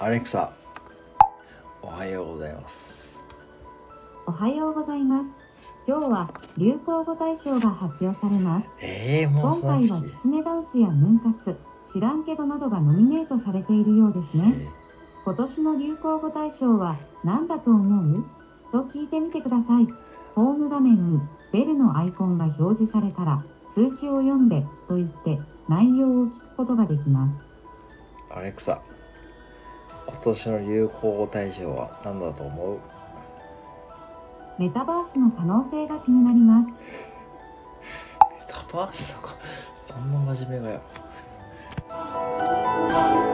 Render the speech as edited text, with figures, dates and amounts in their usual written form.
アレクサ、おはようございます。 おはようございます。今日は流行語大賞が発表されます。 もう今回はキツネダンスやヌン活、知らんけどなどがノミネートされているようですね。今年の流行語大賞は何だと思う？と聞いてみてください。ホーム画面にベルのアイコンが表示されたら、通知を読んでと言って内容を聞くことができます。 アレクサ、今年の流行語大賞は何だと思う？ メタバースの可能性が気になります。 メタバースとか、そんな真面目がよ。